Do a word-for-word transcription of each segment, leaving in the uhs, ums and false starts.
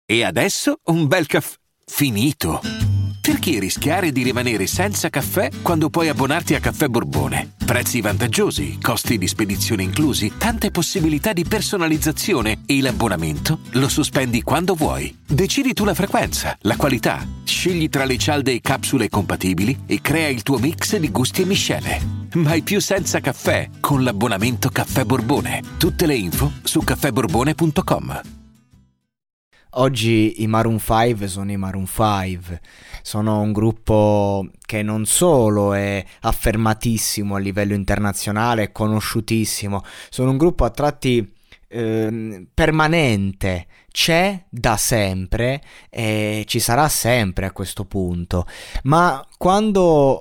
E adesso un bel caffè finito. Perché rischiare di rimanere senza caffè quando puoi abbonarti a Caffè Borbone? Prezzi vantaggiosi, costi di spedizione inclusi, tante possibilità di personalizzazione e l'abbonamento lo sospendi quando vuoi. Decidi tu la frequenza, la qualità, scegli tra le cialde e capsule compatibili e crea il tuo mix di gusti e miscele. Mai più senza caffè con l'abbonamento Caffè Borbone. Tutte le info su caffè borbone punto com. Oggi i Maroon cinque sono i Maroon cinque, sono un gruppo che non solo è affermatissimo a livello internazionale, è conosciutissimo, sono un gruppo a tratti eh, permanente, c'è da sempre e ci sarà sempre a questo punto, ma quando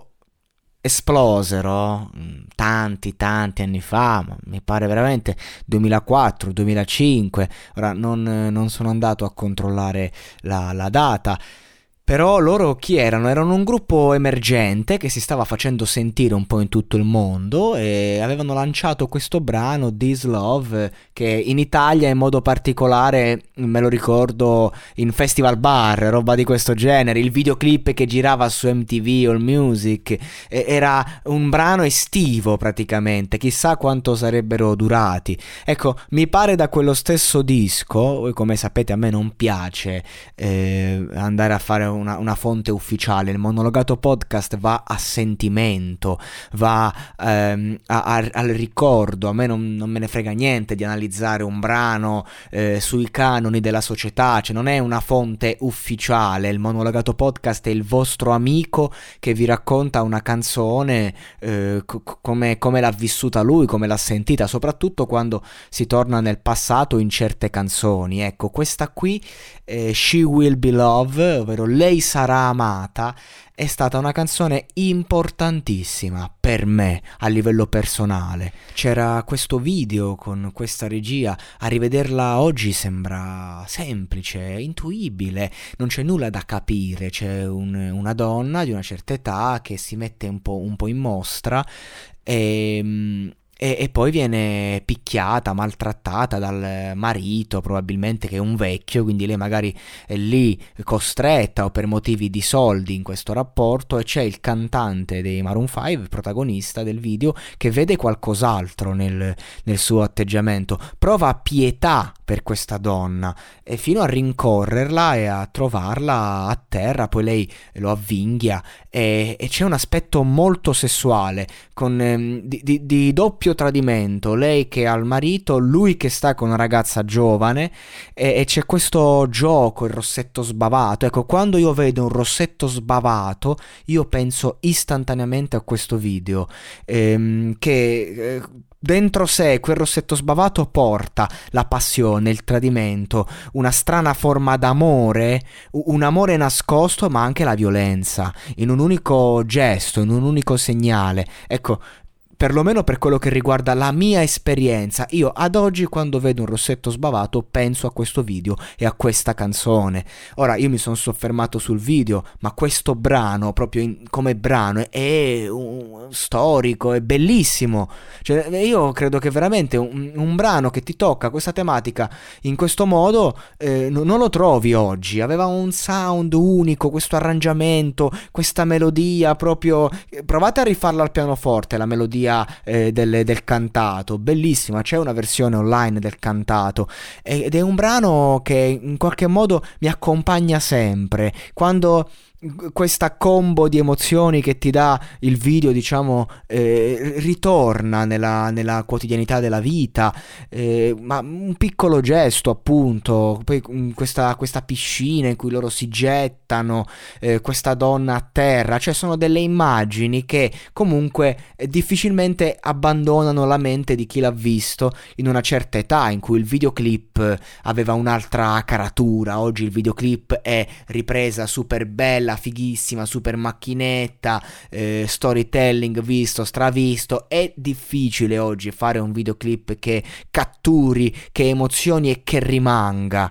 esplosero tanti tanti anni fa, mi pare veramente duemilaquattro duemilacinque, ora non, non sono andato a controllare la, la data, però loro chi erano? Erano un gruppo emergente che si stava facendo sentire un po' in tutto il mondo e avevano lanciato questo brano This Love che in Italia in modo particolare me lo ricordo in festival bar, roba di questo genere, il videoclip che girava su M T V All Music era un brano estivo praticamente, chissà quanto sarebbero durati. Ecco, mi pare da quello stesso disco, come sapete a me non piace eh, andare a fare Una, una fonte ufficiale, il Monologato Podcast va a sentimento, va ehm, a, a, al ricordo, a me non, non me ne frega niente di analizzare un brano eh, sui canoni della società, cioè non è una fonte ufficiale, il Monologato Podcast è il vostro amico che vi racconta una canzone eh, co- come, come l'ha vissuta lui, come l'ha sentita, soprattutto quando si torna nel passato in certe canzoni. Ecco, questa qui eh, She Will Be Love, ovvero Lei sarà amata, è stata una canzone importantissima per me a livello personale. C'era questo video con questa regia, a rivederla oggi sembra semplice, intuibile, non c'è nulla da capire, c'è un, una donna di una certa età che si mette un po', un po' in mostra e... E, e poi viene picchiata, maltrattata dal marito, probabilmente che è un vecchio, quindi lei magari è lì costretta o per motivi di soldi in questo rapporto, e c'è il cantante dei Maroon cinque, protagonista del video, che vede qualcos'altro nel, nel suo atteggiamento, prova pietà per questa donna e fino a rincorrerla e a trovarla a terra, poi lei lo avvinghia e, e c'è un aspetto molto sessuale con ehm, di, di, di doppio tradimento, lei che ha il marito, lui che sta con una ragazza giovane e, e c'è questo gioco, il rossetto sbavato. Ecco, quando io vedo un rossetto sbavato io penso istantaneamente a questo video ehm, che eh, dentro sé quel rossetto sbavato porta la passione, il tradimento, una strana forma d'amore, un amore nascosto, ma anche la violenza in un unico gesto, in un unico segnale. Ecco, perlomeno per quello che riguarda la mia esperienza, io ad oggi quando vedo un rossetto sbavato penso a questo video e a questa canzone. Ora, io mi sono soffermato sul video, ma questo brano, proprio in, come brano, è un, storico, è bellissimo. Cioè, io credo che veramente un, un brano che ti tocca questa tematica in questo modo eh, non lo trovi oggi. Aveva un sound unico, questo arrangiamento, questa melodia proprio... Provate a rifarla al pianoforte, la melodia Eh, del, del cantato, bellissima, c'è una versione online del cantato ed è un brano che in qualche modo mi accompagna sempre quando questa combo di emozioni che ti dà il video, diciamo, eh, ritorna nella, nella quotidianità della vita, eh, ma un piccolo gesto appunto, poi questa, questa piscina in cui loro si gettano, eh, questa donna a terra, cioè sono delle immagini che comunque eh, difficilmente abbandonano la mente di chi l'ha visto in una certa età in cui il videoclip aveva un'altra caratura. Oggi il videoclip è ripresa super bella, fighissima, super macchinetta, eh, storytelling visto, stravisto. È difficile oggi fare un videoclip che catturi, che emozioni e che rimanga.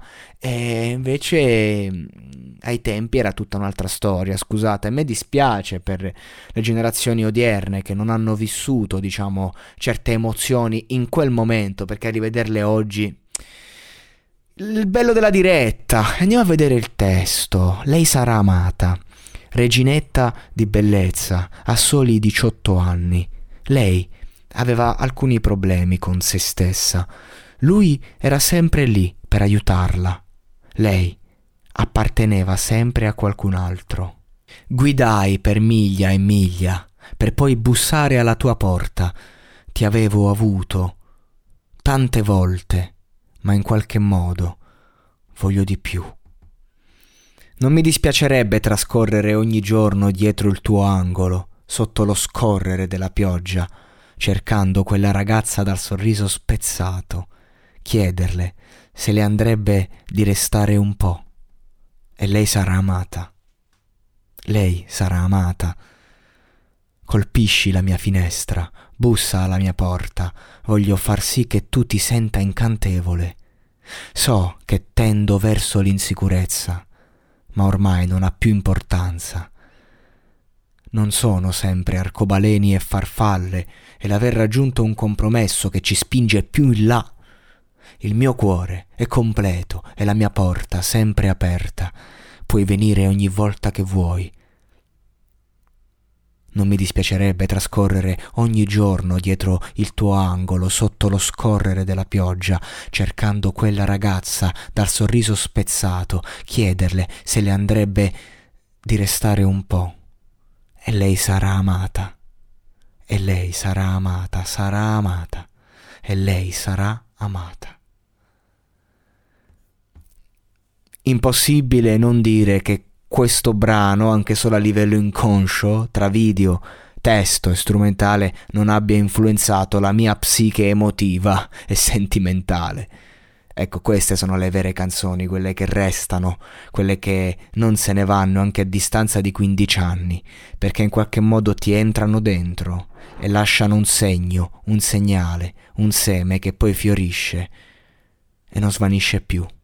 E invece ai tempi era tutta un'altra storia. Scusate, a me dispiace per le generazioni odierne che non hanno vissuto, diciamo, certe emozioni in quel momento, perché a rivederle oggi Il bello della diretta. Andiamo a vedere il testo. Lei sarà amata. Reginetta di bellezza, a soli diciotto anni. Lei aveva alcuni problemi con se stessa. Lui era sempre lì per aiutarla. Lei apparteneva sempre a qualcun altro. Guidai per miglia e miglia, per poi bussare alla tua porta. Ti avevo avuto tante volte, ma in qualche modo voglio di più. Non mi dispiacerebbe trascorrere ogni giorno dietro il tuo angolo, sotto lo scorrere della pioggia, cercando quella ragazza dal sorriso spezzato, chiederle se le andrebbe di restare un po'. E lei sarà amata. Lei sarà amata. Colpisci la mia finestra, bussa alla mia porta, voglio far sì che tu ti senta incantevole. So che tendo verso l'insicurezza, ma ormai non ha più importanza. Non sono sempre arcobaleni e farfalle e l'aver raggiunto un compromesso che ci spinge più in là. Il mio cuore è completo e la mia porta sempre aperta. Puoi venire ogni volta che vuoi. Non mi dispiacerebbe trascorrere ogni giorno dietro il tuo angolo, sotto lo scorrere della pioggia, cercando quella ragazza dal sorriso spezzato, chiederle se le andrebbe di restare un po'. E lei sarà amata. E lei sarà amata, sarà amata. E lei sarà amata. Impossibile non dire che questo brano, anche solo a livello inconscio, tra video, testo e strumentale, non abbia influenzato la mia psiche emotiva e sentimentale. Ecco, queste sono le vere canzoni, quelle che restano, quelle che non se ne vanno anche a distanza di quindici anni, perché in qualche modo ti entrano dentro e lasciano un segno, un segnale, un seme che poi fiorisce e non svanisce più.